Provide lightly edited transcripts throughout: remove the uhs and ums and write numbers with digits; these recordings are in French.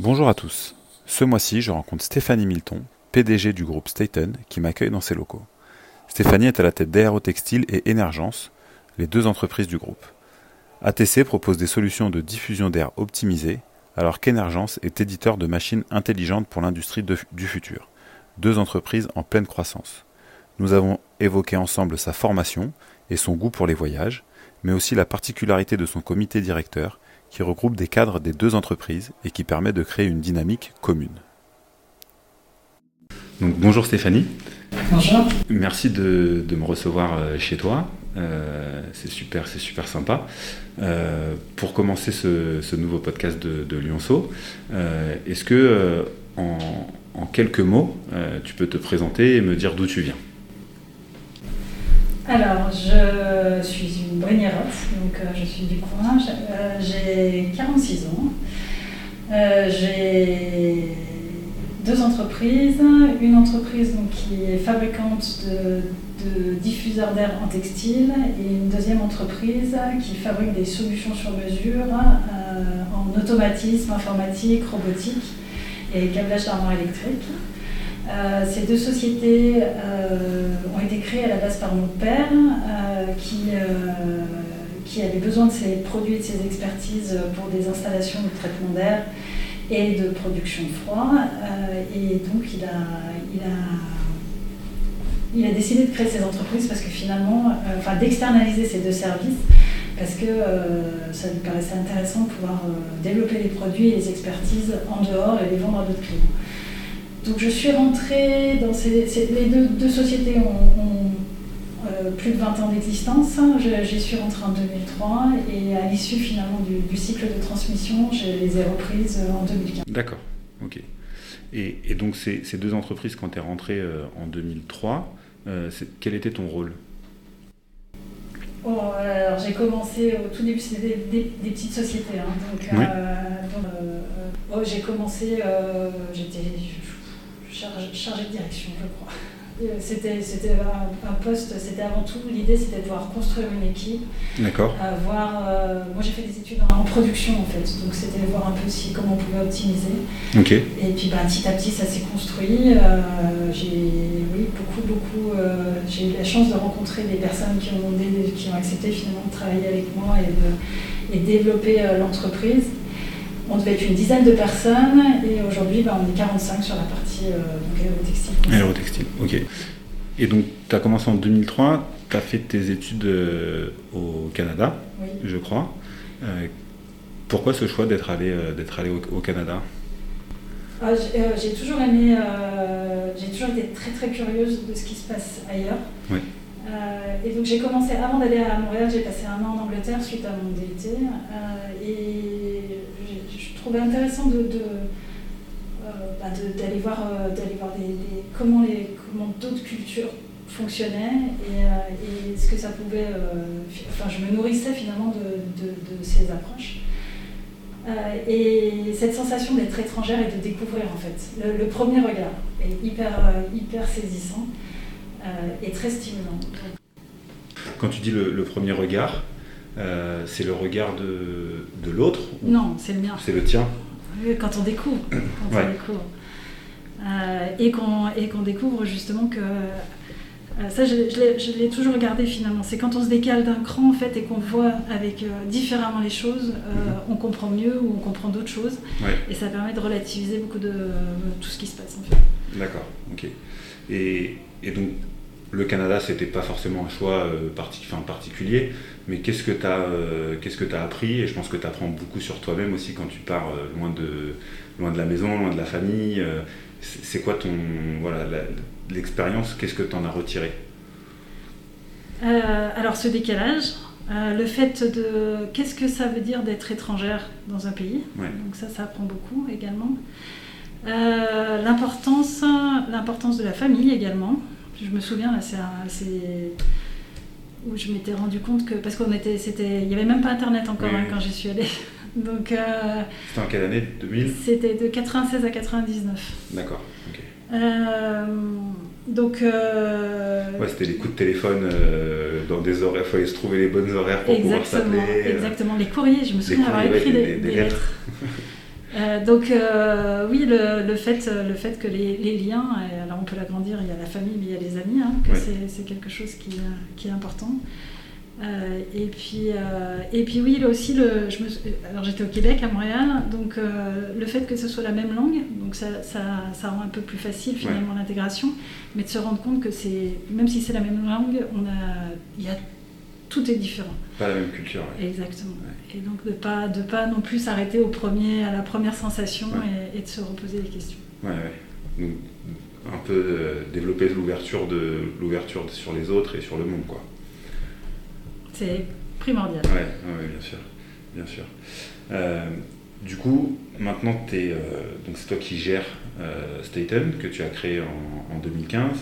Bonjour à tous. Ce mois-ci, je rencontre Stéphanie Milton, PDG du groupe Staten, qui m'accueille dans ses locaux. Stéphanie est à la tête d'Aérotextile et Energence, les deux entreprises du groupe. ATC propose des solutions de diffusion d'air optimisées, alors qu'Energence est éditeur de machines intelligentes pour l'industrie du futur. Deux entreprises en pleine croissance. Nous avons évoqué ensemble sa formation et son goût pour les voyages, mais aussi la particularité de son comité directeur, qui regroupe des cadres des deux entreprises et qui permet de créer une dynamique commune. Donc, bonjour Stéphanie. Bonjour. Merci de me recevoir chez toi. C'est super sympa. Pour commencer ce nouveau podcast de Lyonceau, est-ce que en quelques mots, tu peux te présenter et me dire d'où tu viens ? Alors, je suis une Brignérotte, donc je suis du coin. J'ai 46 ans. J'ai deux entreprises. Une entreprise donc, qui est fabricante de diffuseurs d'air en textile et une deuxième entreprise qui fabrique des solutions sur mesure en automatisme, informatique, robotique et câblage d'armoire électrique. Ces deux sociétés ont été créées à la base par mon père qui avait besoin de ses produits et de ses expertises pour des installations de traitement d'air et de production de froid. Et donc il a décidé de créer ces entreprises parce que finalement, d'externaliser ces deux services parce que ça lui paraissait intéressant de pouvoir développer les produits et les expertises en dehors et les vendre à d'autres clients. Donc je suis rentrée dans les deux sociétés ont plus de 20 ans d'existence. J'y suis rentrée en 2003 et à l'issue finalement du cycle de transmission, je les ai reprises en 2015. D'accord, ok. Et donc ces deux entreprises, quand tu es rentrée en 2003, quel était ton rôle ? Alors j'ai commencé au tout début, c'était des petites sociétés. Oui. J'ai commencé, j'étais chargée de direction, je crois. C'était un poste, c'était avant tout, l'idée c'était de pouvoir construire une équipe. D'accord. Moi j'ai fait des études en production en fait, donc c'était de voir un peu comment on pouvait optimiser. Ok. Et puis petit à petit ça s'est construit. J'ai eu la chance de rencontrer des personnes qui ont accepté finalement de travailler avec moi et de développer l'entreprise. On devait être une dizaine de personnes et aujourd'hui on est 45 sur la partie aérotextile. Aérotextile, ok. Et donc tu as commencé en 2003, tu as fait tes études au Canada, oui. Je crois. Pourquoi ce choix d'être allé au Canada ? J'ai toujours aimé, j'ai toujours été très très curieuse de ce qui se passe ailleurs. Oui. Et donc j'ai commencé, avant d'aller à Montréal, j'ai passé un an en Angleterre suite à mon DUT. Et je trouvais intéressant d'aller voir comment d'autres cultures fonctionnaient et ce que ça pouvait... je me nourrissais finalement de ces approches. Et cette sensation d'être étrangère et de découvrir en fait. Le premier regard est hyper saisissant et très stimulant. Quand tu dis le premier regard, c'est le regard de l'autre ? Non, c'est le mien. C'est le tien ? Quand on découvre. Et qu'on découvre justement que... ça, je l'ai toujours regardé finalement. C'est quand on se décale d'un cran en fait et qu'on voit avec différemment les choses, on comprend mieux ou on comprend d'autres choses. Ouais. Et ça permet de relativiser beaucoup de tout ce qui se passe en fait. D'accord, ok. Et donc le Canada, c'était pas forcément un choix particulier, mais qu'est-ce que tu as appris ? Et je pense que tu apprends beaucoup sur toi-même aussi quand tu pars loin de la maison, loin de la famille. C'est quoi l'expérience ? Qu'est-ce que tu en as retiré ? Alors ce décalage, le fait de qu'est-ce que ça veut dire d'être étrangère dans un pays. Ouais. Donc ça apprend beaucoup également. L'importance de la famille également. Je me souviens, là, c'est où je m'étais rendu compte que... Parce il n'y avait même pas Internet encore quand j'y suis allée. Donc, c'était en quelle année ? 2000 ? C'était de 96 à 99. D'accord, ok. C'était les coups de téléphone dans des horaires, il fallait se trouver les bonnes horaires pour pouvoir s'appeler. Exactement, les courriers, je me souviens avoir écrit des lettres. Donc oui, le fait que les liens, alors on peut l'agrandir, il y a la famille, mais il y a les amis, hein, que c'est quelque chose qui est important. Et puis oui, là aussi, alors j'étais au Québec, à Montréal, donc le fait que ce soit la même langue, donc ça rend un peu plus facile finalement l'intégration, mais de se rendre compte que même si c'est la même langue, tout est différent. Pas la même culture. Ouais. Exactement. Ouais. Et donc de pas non plus s'arrêter à la première sensation et de se reposer des questions. Ouais. Donc un peu développer l'ouverture sur les autres et sur le monde, quoi. C'est primordial. Ouais, bien sûr. Du coup, maintenant donc c'est toi qui gères Staten, que tu as créé en 2015.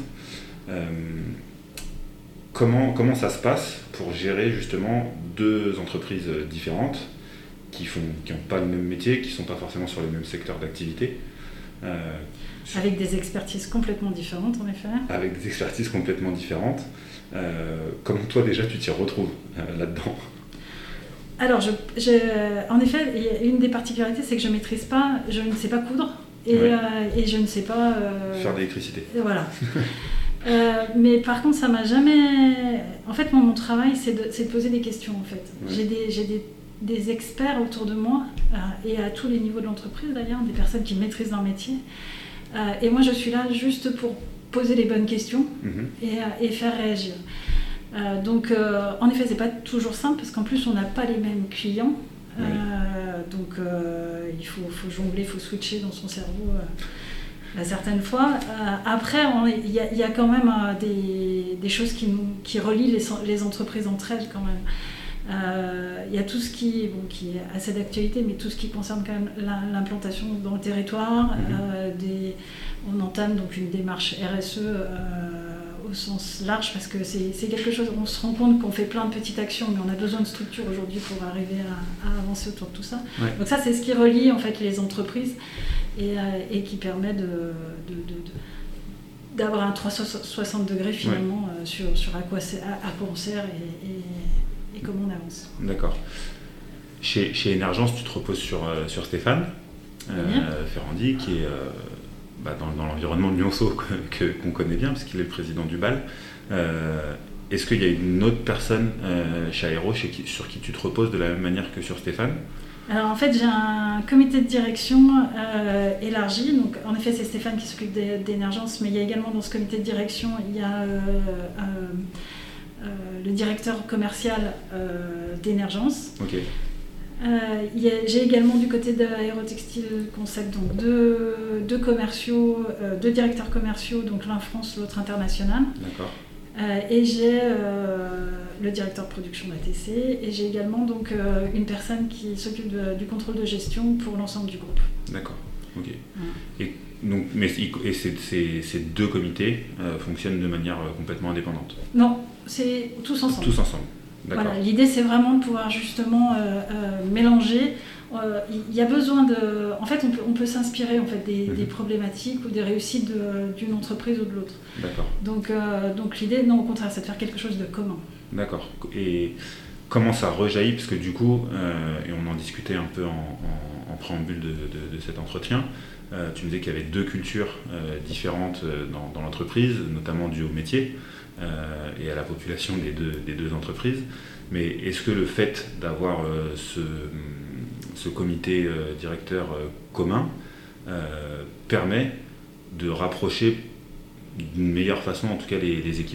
Comment ça se passe pour gérer justement deux entreprises différentes qui n'ont pas le même métier, qui ne sont pas forcément sur les mêmes secteurs d'activité avec des expertises complètement différentes, en effet. Avec des expertises complètement différentes. Comment toi déjà tu t'y retrouves là-dedans ? Alors, en effet, il y a une des particularités, c'est que je ne sais pas coudre et je ne sais pas... faire de l'électricité. Voilà. Mais par contre, ça m'a jamais... En fait, mon travail, c'est de poser des questions, en fait. Ouais. J'ai des experts autour de moi, et à tous les niveaux de l'entreprise, d'ailleurs, des personnes qui maîtrisent leur métier. Et moi, je suis là juste pour poser les bonnes questions et faire réagir. Donc, en effet, c'est pas toujours simple, parce qu'en plus, on n'a pas les mêmes clients. Oui. Donc, il faut jongler, il faut switcher dans son cerveau... certaines fois. Après, il y a quand même des choses qui relient les entreprises entre elles quand même. Il y a tout ce qui est assez d'actualité, mais tout ce qui concerne quand même l'implantation dans le territoire. On entame donc une démarche RSE au sens large, parce que c'est quelque chose, on se rend compte qu'on fait plein de petites actions, mais on a besoin de structures aujourd'hui pour arriver à avancer autour de tout ça. Ouais. Donc ça, c'est ce qui relie en fait les entreprises et qui permet d'avoir un 360 degrés finalement sur à quoi on sert et comment on avance. D'accord. Chez Energence, tu te reposes sur Stéphane Ferrandi, qui est dans l'environnement de Lyonceau qu'on connaît bien, parce qu'il est le président du BAL. Est-ce qu'il y a une autre personne chez Aéro sur qui tu te reposes de la même manière que sur Stéphane ? Alors en fait, j'ai un comité de direction élargi. Donc en effet, c'est Stéphane qui s'occupe d'Energence, mais il y a également dans ce comité de direction, il y a le directeur commercial d'Energence. Okay. J'ai également du côté d'Aérotextile Concept donc deux commerciaux, deux directeurs commerciaux, donc l'un France, l'autre international. D'accord. Et j'ai le directeur de production d'ATC, et j'ai également donc une personne qui s'occupe du contrôle de gestion pour l'ensemble du groupe. D'accord, ok. Ouais. Et ces deux comités fonctionnent de manière complètement indépendante ? Non, c'est tous ensemble. Tous ensemble, d'accord. Voilà, l'idée c'est vraiment de pouvoir justement mélanger. Il y a besoin de... En fait, on peut s'inspirer en fait, des problématiques ou des réussites d'une entreprise ou de l'autre. D'accord. Donc l'idée, non, au contraire, c'est de faire quelque chose de commun. D'accord. Et comment ça rejaillit ? Parce que du coup, et on en discutait un peu en préambule de cet entretien, tu me disais qu'il y avait deux cultures différentes dans l'entreprise, notamment dues au métier et à la population des deux entreprises. Mais est-ce que le fait d'avoir ce comité directeur commun permet de rapprocher d'une meilleure façon, en tout cas, les équipes ?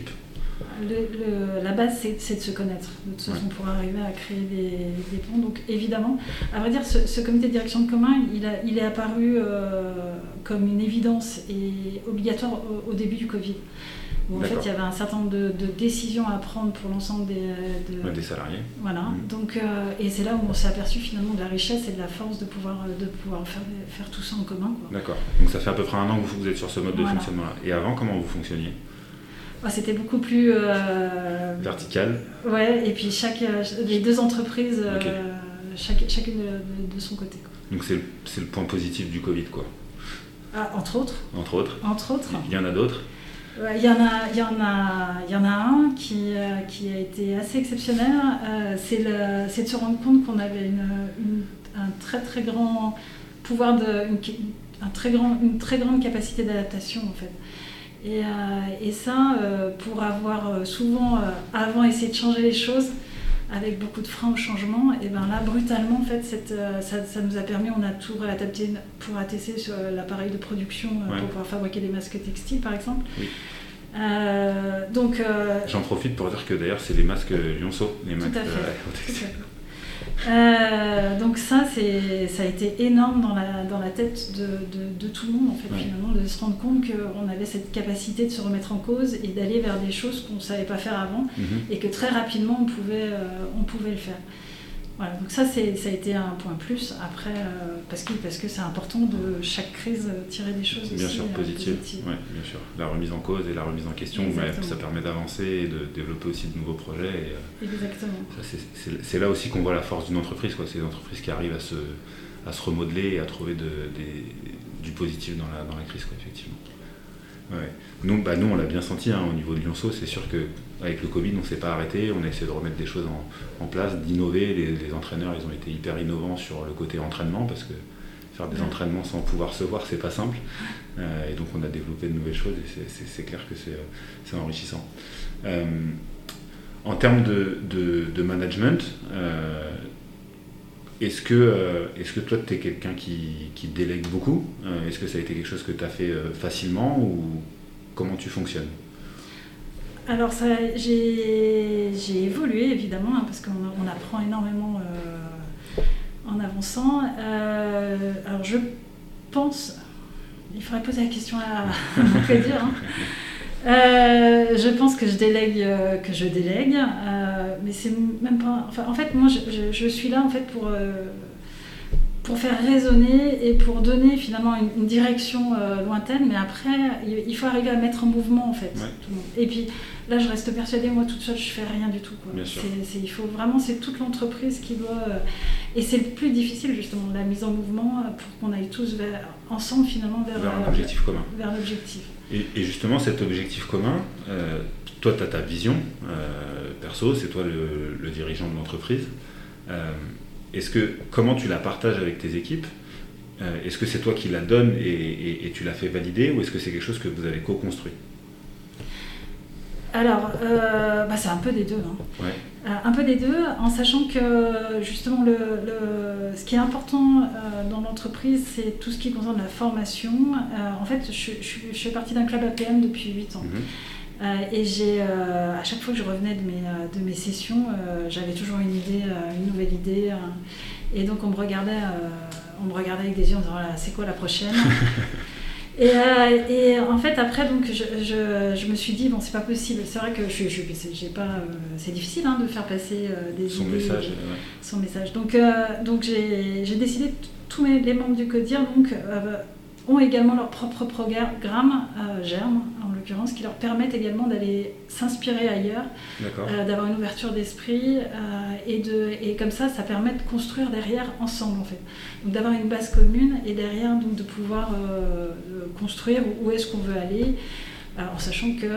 La base, c'est de se connaître, de toute façon, pour arriver à créer des ponts. Donc évidemment, à vrai dire, ce comité de direction de commun, il est apparu comme une évidence et obligatoire au début du Covid. Où en fait, il y avait un certain nombre de décisions à prendre pour l'ensemble des salariés. Voilà. Donc, et c'est là où on s'est aperçu finalement de la richesse et de la force de pouvoir faire tout ça en commun, quoi. D'accord. Donc ça fait à peu près 1 an que vous êtes sur ce mode de fonctionnement-là. Et avant, comment vous fonctionniez ? C'était beaucoup plus... vertical. Ouais, et puis les deux entreprises, chacune de son côté, quoi. Donc c'est le point positif du Covid, quoi. Entre autres. Entre autres. Il y en a d'autres ? Il y en a un qui a été assez exceptionnel, c'est de se rendre compte qu'on avait un très très grand pouvoir une très grande capacité d'adaptation en fait. Et ça, pour avoir souvent avant essayé de changer les choses avec beaucoup de freins au changement, et ben là brutalement en fait ça nous a permis, on a tout réadapté pour ATC sur l'appareil de production pour pouvoir fabriquer des masques textiles par exemple. Oui. Donc j'en profite pour dire que d'ailleurs c'est les masques Lionceau, les masques textiles. Donc ça a été énorme dans la tête de tout le monde en fait, finalement, de se rendre compte qu'on avait cette capacité de se remettre en cause et d'aller vers des choses qu'on ne savait pas faire avant et que très rapidement on pouvait le faire. Voilà, donc ça a été un point plus après parce que c'est important de chaque crise tirer des choses bien aussi sûr positives. Ouais, bien sûr, la remise en cause et la remise en question, ça permet d'avancer et de développer aussi de nouveaux projets exactement. Ça, c'est là aussi qu'on voit la force d'une entreprise, quoi. C'est des entreprises qui arrivent à se remodeler et à trouver du positif dans la crise, quoi, effectivement. Ouais. Nous on l'a bien senti au niveau de Lionceau, c'est sûr qu'avec le Covid on ne s'est pas arrêté, on a essayé de remettre des choses en place, d'innover. Les entraîneurs ils ont été hyper innovants sur le côté entraînement parce que faire des entraînements sans pouvoir se voir c'est pas simple, et donc on a développé de nouvelles choses et c'est clair que c'est enrichissant. En termes de management, est-ce que toi tu es quelqu'un qui délègue beaucoup? Est-ce que ça a été quelque chose que tu as fait facilement ou comment tu fonctionnes? Alors j'ai évolué évidemment parce qu'on apprend énormément en avançant. Alors je pense, il faudrait poser la question à mon dire. Je pense que je délègue, mais c'est même pas. Enfin, en fait, moi, je suis là en fait pour faire résonner et pour donner finalement une direction lointaine. Mais après, il faut arriver à mettre en mouvement en fait. Tout le monde. Et puis là, je reste persuadée, moi toute seule, je fais rien du tout. Quoi. Bien sûr. Il faut vraiment, c'est toute l'entreprise qui doit. Et c'est le plus difficile justement, la mise en mouvement pour qu'on aille tous ensemble finalement vers un objectif commun. Vers l'objectif. Et justement, cet objectif commun, toi, tu as ta vision perso, c'est toi le dirigeant de l'entreprise. Comment tu la partages avec tes équipes? Est-ce que c'est toi qui la donnes et tu l'as fait valider, ou est-ce que c'est quelque chose que vous avez co-construit? Alors, c'est un peu des deux. Ouais. Un peu des deux, en sachant que justement ce qui est important dans l'entreprise, c'est tout ce qui concerne la formation. En fait, je fais partie d'un club APM depuis 8 ans. Et à chaque fois que je revenais de mes sessions, j'avais toujours une idée, une nouvelle idée. Et donc on me regardait avec des yeux en disant voilà, c'est quoi la prochaine? Et en fait après donc je me suis dit bon, c'est pas possible, c'est vrai que j'ai pas c'est difficile de faire passer des son idées, message. Donc j'ai décidé tous les membres du CODIR ont également leur propre programme Germe en l'occurrence, qui leur permettent également d'aller s'inspirer ailleurs, d'avoir une ouverture d'esprit et comme ça permet de construire derrière ensemble en fait. Donc d'avoir une base commune et derrière donc de pouvoir construire où est-ce qu'on veut aller, en sachant que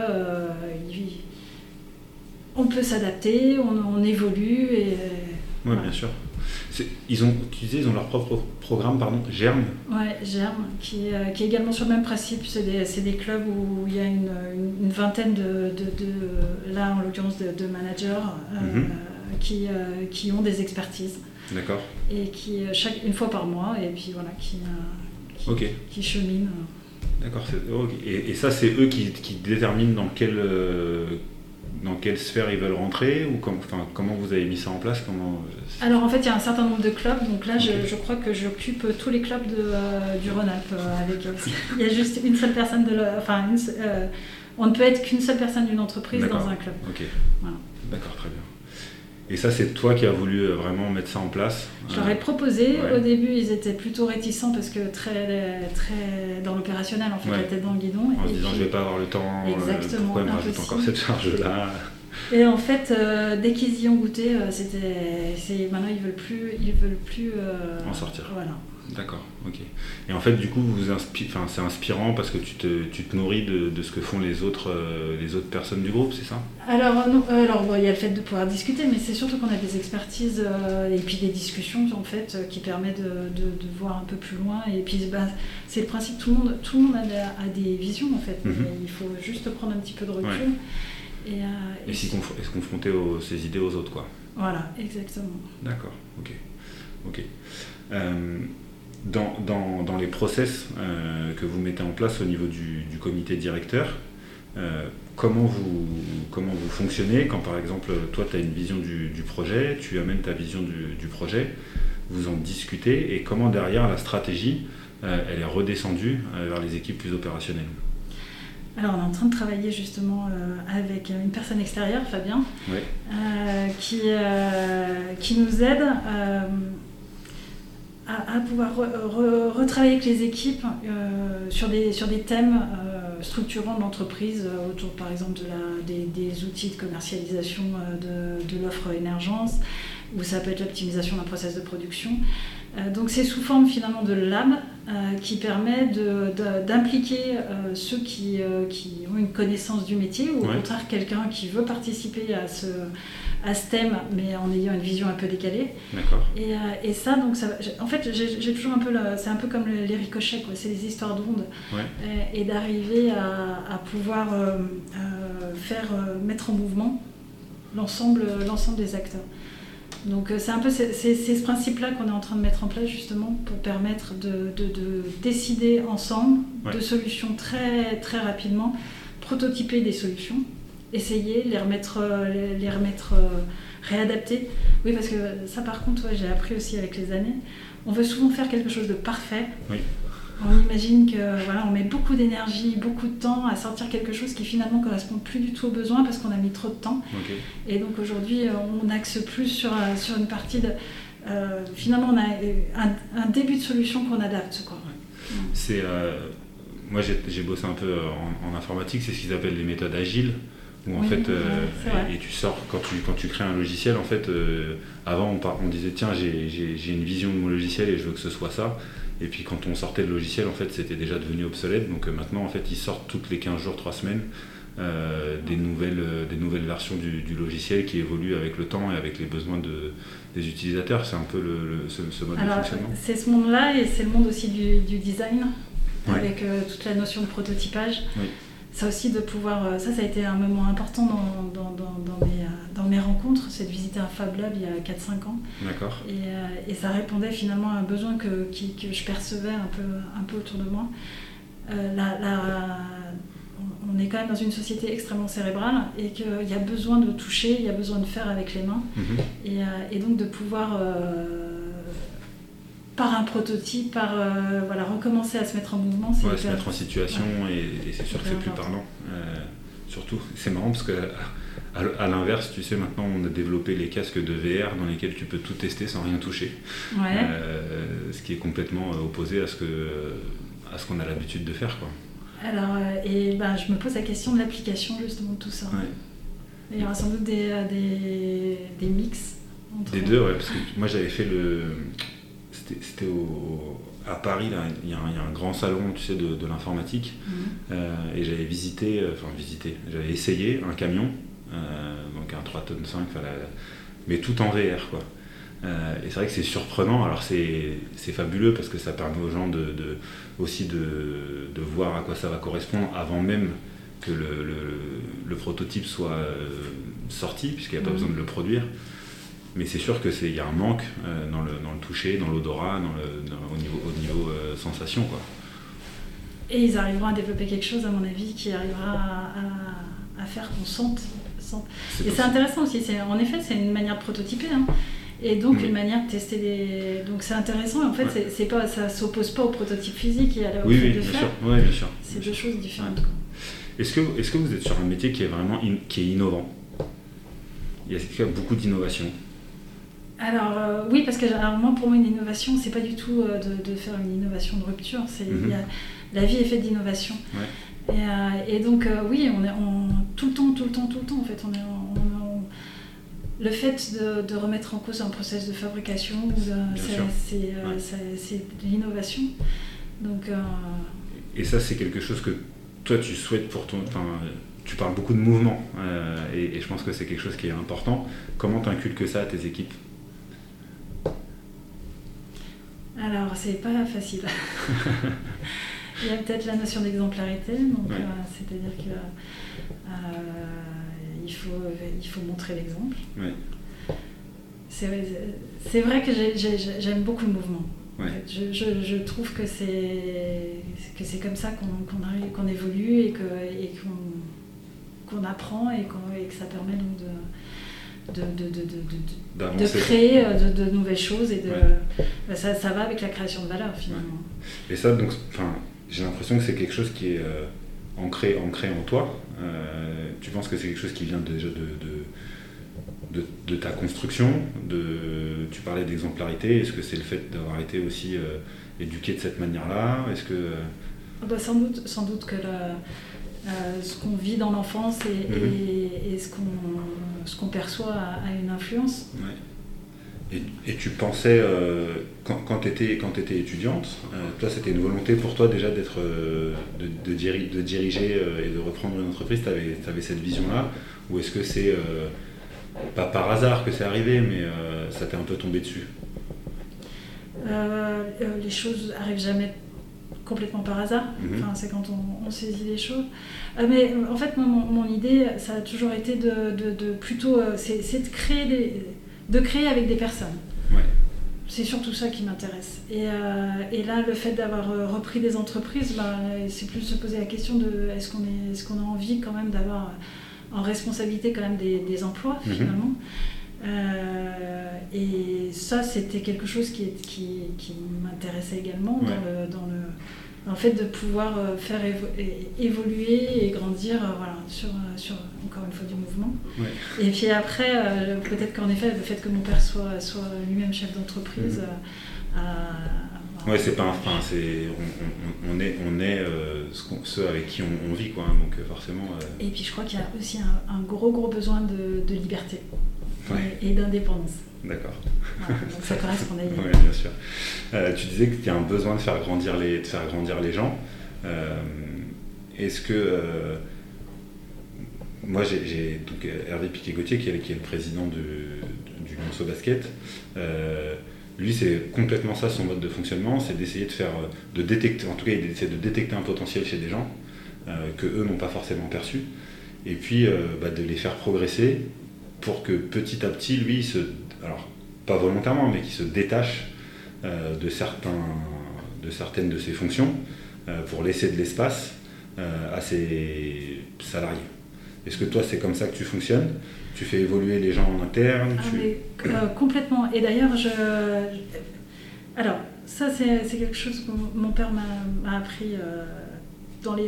on peut s'adapter, on évolue et voilà. Bien sûr. Ils ont leur propre programme, Germe. Ouais, Germe, qui est également sur le même principe. C'est des clubs où il y a une vingtaine là en l'occurrence de managers qui ont des expertises. D'accord. Et qui une fois par mois, et puis voilà, qui cheminent. D'accord. Et ça, c'est eux qui déterminent dans quelle sphère ils veulent rentrer, ou comment vous avez mis ça en place? Alors en fait il y a un certain nombre de clubs, donc là je crois que j'occupe tous les clubs du Rhône-Alpes avec il y a juste une seule personne on ne peut être qu'une seule personne d'une entreprise dans un club. Ok. Voilà. D'accord, très bien. Et ça, c'est toi qui as voulu vraiment mettre ça en place? Je leur ai proposé. Au début, ils étaient plutôt réticents parce que très, très dans l'opérationnel, en fait, la tête dans le guidon. En se disant, je ne vais pas avoir le temps, pourquoi me rajoute encore cette charge-là? Et en fait, dès qu'ils y ont goûté, maintenant, ils veulent plus en sortir. Voilà. D'accord, ok. Et en fait, du coup, c'est inspirant parce que tu te nourris de ce que font les autres personnes du groupe, c'est ça? Alors, non, bon, il y a le fait de pouvoir discuter, mais c'est surtout qu'on a des expertises et puis des discussions en fait, qui permettent de voir un peu plus loin. Et puis c'est le principe, tout le monde a des visions en fait, mais il faut juste prendre un petit peu de recul. Ouais. Et se confronter ses idées aux autres, quoi. Voilà, exactement. D'accord, ok. Dans les process que vous mettez en place au niveau du comité directeur, comment vous fonctionnez quand par exemple toi tu as une vision du projet, tu amènes ta vision du projet, vous en discutez et comment derrière la stratégie elle est redescendue vers les équipes plus opérationnelles? Alors on est en train de travailler justement avec une personne extérieure, Fabien, qui nous aide à pouvoir retravailler avec les équipes sur des thèmes structurants de l'entreprise, autour par exemple des outils de commercialisation de l'offre émergence, ou ça peut être l'optimisation d'un process de production. Donc c'est sous forme finalement de lab qui permet d'impliquer ceux qui ont une connaissance du métier, ou au contraire quelqu'un qui veut participer à ce thème, mais en ayant une vision un peu décalée. D'accord. Et ça, donc en fait, j'ai toujours un peu, c'est un peu comme les ricochets, quoi. C'est les histoires d'ondes, et d'arriver à pouvoir mettre en mouvement l'ensemble des acteurs. Donc c'est un peu c'est ce principe-là qu'on est en train de mettre en place justement pour permettre de décider ensemble de solutions très très rapidement, prototyper des solutions, essayer, les remettre réadapter. Oui, parce que ça par contre, j'ai appris aussi avec les années, on veut souvent faire quelque chose de parfait. Oui. On imagine que on met beaucoup d'énergie, beaucoup de temps à sortir quelque chose qui finalement ne correspond plus du tout aux besoins parce qu'on a mis trop de temps. Okay. Et donc aujourd'hui, on axe plus sur une partie de... finalement, on a un début de solution qu'on adapte, quoi. Ouais. C'est, moi, j'ai bossé un peu en informatique, c'est ce qu'ils appellent les méthodes agiles. Où en fait, et tu sors, quand tu crées un logiciel, en fait, avant on disait tiens, j'ai une vision de mon logiciel et je veux que ce soit ça. Et puis quand on sortait le logiciel, en fait, c'était déjà devenu obsolète. Donc maintenant, en fait, ils sortent toutes les 15 jours, 3 semaines des nouvelles versions du logiciel qui évoluent avec le temps et avec les besoins des utilisateurs. C'est un peu ce mode de fonctionnement. C'est ce monde-là, et c'est le monde aussi du design, avec toute la notion de prototypage. Oui. Ça aussi, de pouvoir... Ça a été un moment important dans mes rencontres, c'est de visiter un Fab Lab il y a 4-5 ans. D'accord. Et ça répondait finalement à un besoin que je percevais un peu autour de moi. On est quand même dans une société extrêmement cérébrale et qu'il y a besoin de toucher, il y a besoin de faire avec les mains. Mm-hmm. Et donc de pouvoir... par un prototype, recommencer à se mettre en mouvement. Se mettre en situation, et c'est sûr que c'est plus parlant. Surtout, c'est marrant parce qu'à l'inverse, tu sais, maintenant on a développé les casques de VR dans lesquels tu peux tout tester sans rien toucher. Ouais. Ce qui est complètement opposé à ce qu'on a l'habitude de faire, quoi. Alors, je me pose la question de l'application justement de tout ça. Ouais. Il y aura sans doute des mix entre... Des deux, parce que moi j'avais fait C'était à Paris, là, il y a un grand salon, tu sais, de l'informatique. Et j'avais j'avais essayé un camion, donc un 3,5 tonnes, mais tout en VR, quoi. Et c'est vrai que c'est surprenant. Alors c'est fabuleux parce que ça permet aux gens aussi de voir à quoi ça va correspondre avant même que le prototype soit sorti, puisqu'il n'y a pas besoin de le produire. Mais c'est sûr qu'il y a un manque dans le toucher, dans l'odorat, au niveau sensation, quoi. Et ils arriveront à développer quelque chose, à mon avis, qui arrivera à faire qu'on sente. Et c'est intéressant aussi. En effet, c'est une manière de prototyper. Hein. Et donc une manière de tester des... Donc c'est intéressant. Et en fait, ça ne s'oppose pas au prototype physique et à la fait de faire. Oui, bien sûr. C'est deux choses différentes. Ouais. Est-ce que vous êtes sur un métier qui est vraiment qui est innovant? Il y a beaucoup d'innovation. Alors oui, parce que moi, pour moi, une innovation, c'est pas du tout de faire une innovation de rupture. La vie est faite d'innovation. Ouais. Et donc oui, on tout le temps, en fait, le fait de remettre en cause un process de fabrication, c'est de l'innovation. Donc, et ça, c'est quelque chose que toi, tu souhaites pour ton... Tu parles beaucoup de mouvement, et je pense que c'est quelque chose qui est important. Comment tu inculques ça à tes équipes ? Alors, c'est pas facile. Il y a peut-être la notion d'exemplarité, donc c'est-à-dire qu'il faut montrer l'exemple. Ouais. C'est vrai que j'aime beaucoup le mouvement. Ouais. En fait, je trouve que c'est comme ça qu'on évolue et qu'on apprend et que ça permet donc de créer de nouvelles choses et ça va avec la création de valeur finalement. Ouais. Et ça, donc, j'ai l'impression que c'est quelque chose qui est ancré en toi. Tu penses que c'est quelque chose qui vient déjà de ta construction, tu parlais d'exemplarité, est-ce que c'est le fait d'avoir été aussi éduqué de cette manière-là ? Est-ce que... sans doute que ce qu'on vit dans l'enfance et ce qu'on perçoit a une influence. Ouais. Et tu pensais, quand tu étais étudiante, toi c'était une volonté pour toi déjà de diriger et de reprendre une entreprise, tu avais cette vision-là, ou est-ce que c'est pas par hasard que c'est arrivé, mais ça t'est un peu tombé dessus ? Les choses n'arrivent jamais complètement par hasard. Enfin, c'est quand on saisit les choses. Mais en fait, mon idée, ça a toujours été de plutôt... c'est de créer avec des personnes. Ouais. C'est surtout ça qui m'intéresse. Et là, le fait d'avoir repris des entreprises, c'est plus se poser la question de est-ce qu'on a envie quand même d'avoir en responsabilité quand même des emplois, finalement. Et ça, c'était quelque chose qui m'intéressait également dans le fait de pouvoir faire évoluer et grandir sur encore une fois du mouvement. Ouais. Et puis après, peut-être qu'en effet, le fait que mon père soit lui-même chef d'entreprise ouais, c'est pas on est ceux avec qui on vit, quoi, donc forcément... Et puis je crois qu'il y a aussi un gros besoin de liberté. Ouais. Et d'indépendance. D'accord. Voilà, donc ça correspond à l'idée. Oui, bien sûr. Tu disais qu'il y a un besoin de faire grandir les gens. Est-ce que... moi, j'ai donc Hervé Piquet-Gauthier, qui est le président du Monceau Basket. Lui, c'est complètement ça son mode de fonctionnement, c'est d'essayer de détecter, en tout cas, il essaie de détecter un potentiel chez des gens que eux n'ont pas forcément perçu, et puis de les faire progresser pour que petit à petit, lui, alors pas volontairement, mais qu'il se détache de certaines de ses fonctions pour laisser de l'espace à ses salariés. Est-ce que toi, c'est comme ça que tu fonctionnes ? Tu fais évoluer les gens en interne complètement. Et d'ailleurs, alors, ça, c'est quelque chose que mon père m'a appris dans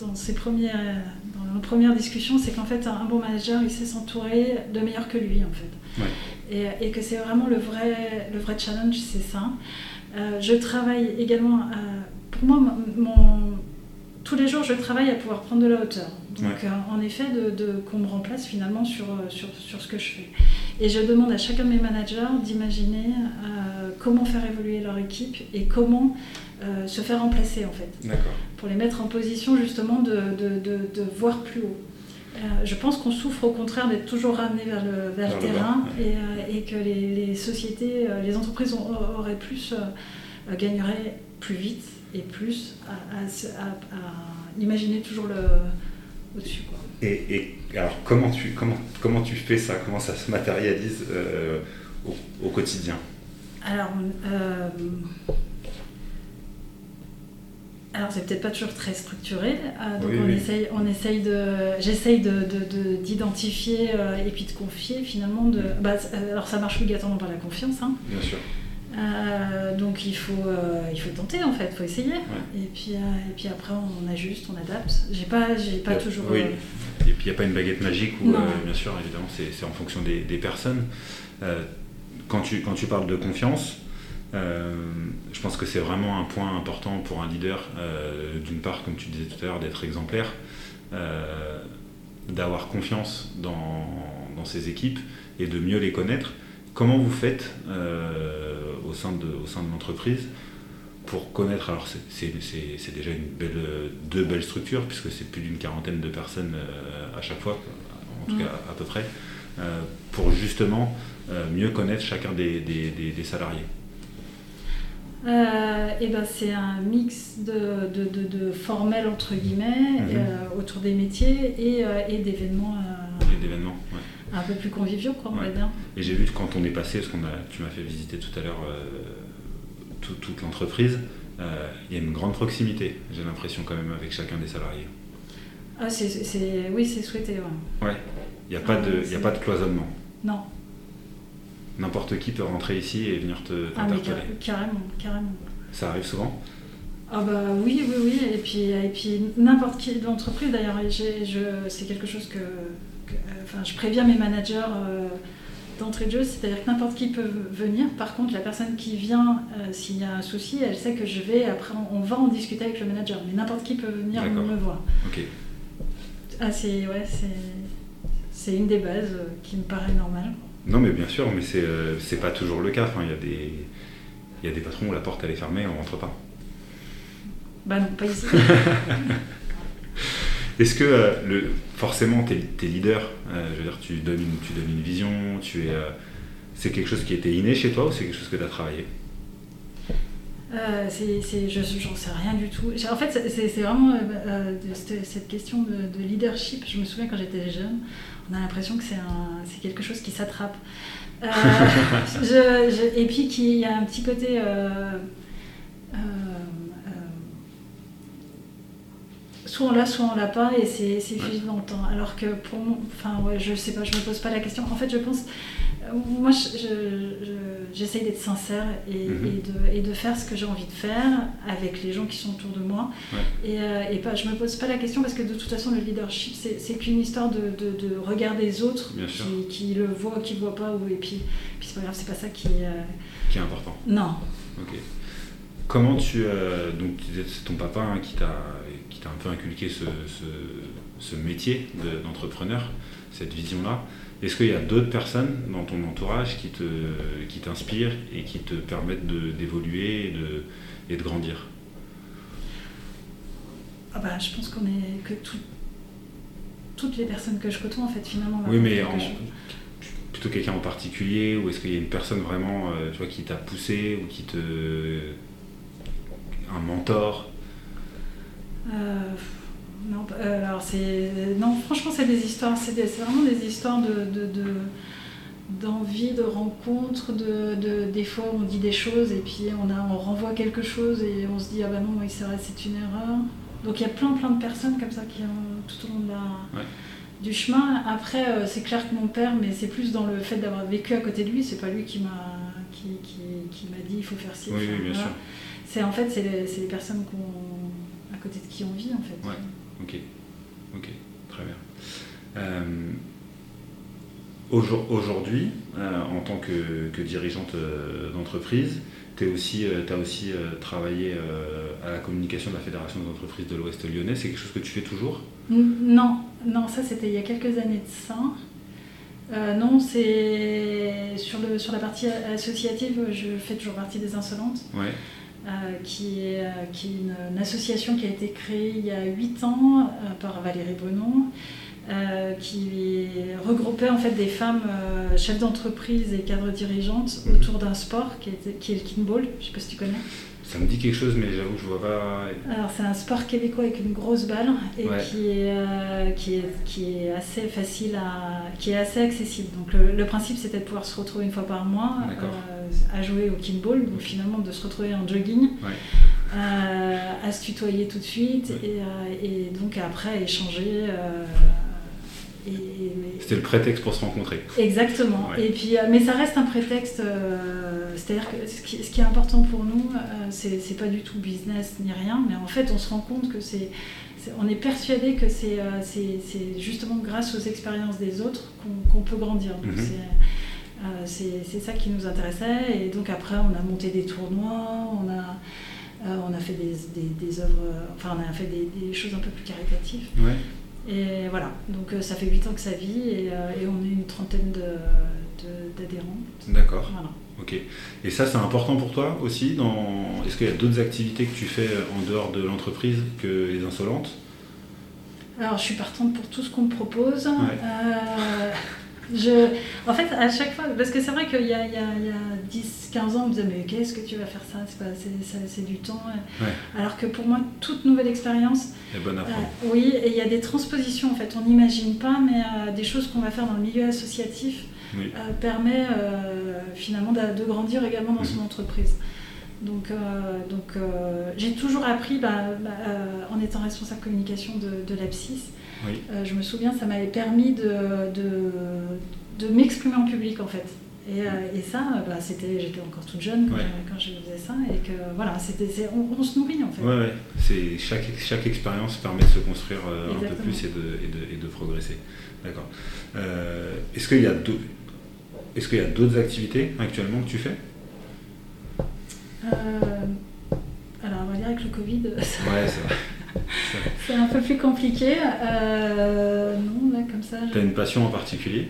nos premières discussions, c'est qu'en fait, un bon manager, il sait s'entourer de meilleurs que lui, en fait. Ouais. Et que c'est vraiment le vrai challenge, c'est ça. Je travaille également, pour moi, tous les jours, je travaille à pouvoir prendre de la hauteur. Donc, en effet, qu'on me remplace finalement sur ce que je fais. Et je demande à chacun de mes managers d'imaginer comment faire évoluer leur équipe et comment se faire remplacer, en fait. D'accord. Pour les mettre en position, justement, de voir plus haut. Je pense qu'on souffre, au contraire, d'être toujours ramené vers le terrain et que les sociétés, les entreprises auraient plus, gagneraient plus vite et plus à imaginer toujours au-dessus, quoi. Et alors, comment tu fais ça ? Comment ça se matérialise au quotidien ? Alors c'est peut-être pas toujours très structuré, donc oui. j'essaye d'identifier et puis de confier finalement. Alors ça marche obligatoirement par la confiance. Hein. Bien sûr. Donc il faut tenter, en fait, il faut essayer. Ouais. Et puis après on ajuste, on adapte. J'ai pas toujours. Oui. Et puis il n'y a pas une baguette magique où bien sûr évidemment c'est en fonction des personnes. Quand tu parles de confiance. Je pense que c'est vraiment un point important pour un leader, d'une part, comme tu disais tout à l'heure, d'être exemplaire, d'avoir confiance dans ces équipes et de mieux les connaître. Comment vous faites au sein de l'entreprise pour connaître, alors c'est déjà deux belles structures, puisque c'est plus d'une quarantaine de personnes à chaque fois, en tout cas à peu près, pour justement mieux connaître chacun des salariés? C'est un mix de formel entre guillemets autour des métiers et d'événements un peu plus conviviaux, quoi, on va dire. Et j'ai vu que quand on est passé, parce tu m'as fait visiter tout à l'heure toute l'entreprise, il y a une grande proximité, j'ai l'impression quand même, avec chacun des salariés. Oui, c'est souhaité. Ouais. Il n'y a pas de cloisonnement. Non. N'importe qui peut rentrer ici et venir t'interpeller. Carrément. Ça arrive souvent? Oui. Et puis n'importe qui de l'entreprise, d'ailleurs, c'est quelque chose que je préviens mes managers d'entrée de jeu, c'est-à-dire que n'importe qui peut venir. Par contre, la personne qui vient, s'il y a un souci, elle sait que après on va en discuter avec le manager. Mais n'importe qui peut venir me voir. Ok. C'est une des bases qui me paraît normale. Non, mais bien sûr, mais c'est pas toujours le cas. Enfin, il y a des patrons où la porte elle est fermée et on rentre pas. Bah non, pas ici. Est-ce que forcément t'es leader, je veux dire, tu donnes une vision, c'est quelque chose qui était inné chez toi ou c'est quelque chose que tu as travaillé? J'en sais rien du tout. En fait, c'est vraiment cette question de leadership. Je me souviens quand j'étais jeune, on a l'impression que c'est quelque chose qui s'attrape. Et puis qu'il y a un petit côté soit on l'a, soit on l'a pas, et c'est figé dans le temps. Alors que pour moi, je sais pas, je me pose pas la question. En fait, je pense, moi, j'essaye d'être sincère et de faire ce que j'ai envie de faire avec les gens qui sont autour de moi. Ouais. Et je me pose pas la question parce que de toute façon, le leadership, c'est qu'une histoire de regard des autres qui le voient, qui le voient pas, et puis c'est pas grave, c'est pas ça qui est important. Non. Ok. Comment donc tu disais c'est ton papa qui t'a un peu inculqué ce métier d'entrepreneur, cette vision-là. Est-ce qu'il y a d'autres personnes dans ton entourage qui t'inspirent et qui te permettent d'évoluer et de grandir? Je pense que toutes les personnes que je côtoie, en fait, finalement... Oui, mais plutôt quelqu'un en particulier, ou est-ce qu'il y a une personne vraiment qui t'a poussé, ou un mentor? Non, franchement, c'est des histoires, c'est vraiment des histoires d'envie, de rencontre, des fois on dit des choses et puis on renvoie quelque chose et on se dit ah bah non, oui, c'est une erreur. Donc il y a plein de personnes comme ça qui ont tout au long du chemin. Après, c'est clair que mon père, mais c'est plus dans le fait d'avoir vécu à côté de lui, c'est pas lui qui m'a dit il faut faire ci. Oui, bien sûr. C'est les personnes à côté de qui on vit, en fait. Ouais, ok, très bien. Aujourd'hui, en tant que dirigeante d'entreprise, tu as aussi travaillé à la communication de la Fédération des entreprises de l'Ouest lyonnais. C'est quelque chose que tu fais toujours? Non, ça c'était il y a quelques années de ça. Non, c'est sur la partie associative, je fais toujours partie des Insolentes. Ouais. Qui est une association qui a été créée il y a 8 ans par Valérie Bonon, qui regroupait en fait des femmes chefs d'entreprise et cadres dirigeantes autour d'un sport qui est le kickball. Je ne sais pas si tu connais. Ça me dit quelque chose, mais j'avoue que je vois pas. Alors c'est un sport québécois avec une grosse balle et qui est assez facile qui est assez accessible. Donc le principe c'était de pouvoir se retrouver une fois par mois à jouer au kickball, donc finalement de se retrouver en jogging, à se tutoyer tout de suite et donc après échanger. C'était le prétexte pour se rencontrer. Exactement. Ouais. Et puis, mais ça reste un prétexte. C'est-à-dire que ce qui est important pour nous, c'est pas du tout business ni rien, mais en fait, on se rend compte que on est persuadé que c'est justement grâce aux expériences des autres qu'on peut grandir. Donc c'est ça qui nous intéressait. Et donc après, on a monté des tournois, on a fait des œuvres, enfin on a fait des choses un peu plus caritatives. Ouais. Et voilà, donc ça fait 8 ans que ça vit et on est une trentaine d'adhérents. D'accord. Voilà. Ok. Et ça, c'est important pour toi aussi Est-ce qu'il y a d'autres activités que tu fais en dehors de l'entreprise que les insolentes? Alors, je suis partante pour tout ce qu'on me propose. Ouais. En fait, à chaque fois, parce que c'est vrai qu'il y a 10-15 ans, on me disait mais qu'est-ce que tu vas faire ça, c'est du temps. Ouais. Alors que pour moi, toute nouvelle expérience, est bonne à prendre. Oui, et il y a des transpositions en fait, on n'imagine pas, mais des choses qu'on va faire dans le milieu associatif Oui. permet finalement de grandir également dans son entreprise. Donc j'ai toujours appris en étant responsable communication de l'Abscis. Oui. Je me souviens, ça m'avait permis de m'exprimer en public en fait. Et ça, j'étais encore toute jeune quand je faisais ça, et que voilà, on se nourrit en fait. Ouais. C'est chaque expérience permet de se construire un peu plus et de progresser. D'accord. Est-ce qu'il y a d'autres activités actuellement que tu fais? Alors, on va dire avec le Covid, c'est vrai. C'est un peu plus compliqué. Non, là, comme ça. T'as une passion en particulier?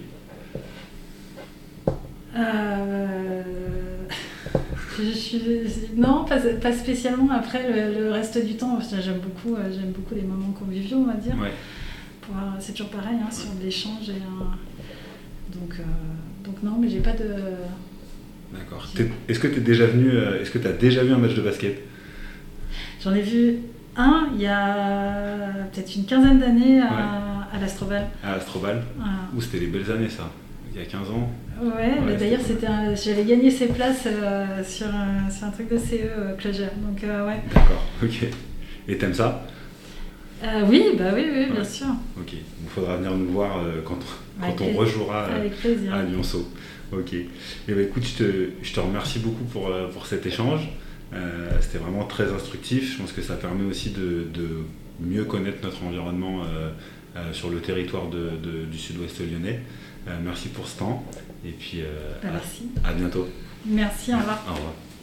Non, pas spécialement. Après, le reste du temps, j'aime beaucoup les moments conviviaux, on va dire. Ouais. C'est toujours pareil, sur de l'échange. Donc non, mais j'ai pas de... D'accord. Est-ce que tu as déjà vu un match de basket? J'en ai vu un il y a peut-être une quinzaine d'années à l'Astrobal. À l'Astrobal. Où c'était les belles années ça, il y a 15 ans. Ouais, d'ailleurs j'avais gagné ces places sur un truc de CE Clogère. Donc ouais. D'accord, ok. Et t'aimes ça? Oui, bien sûr. Ok, il faudra venir nous voir quand on rejouera à Lyonceau. Ok. Et écoute, je te remercie beaucoup pour cet échange. C'était vraiment très instructif. Je pense que ça permet aussi de mieux connaître notre environnement sur le territoire du sud-ouest lyonnais. Merci pour ce temps. Et puis merci. À bientôt. Merci, au revoir. Au revoir.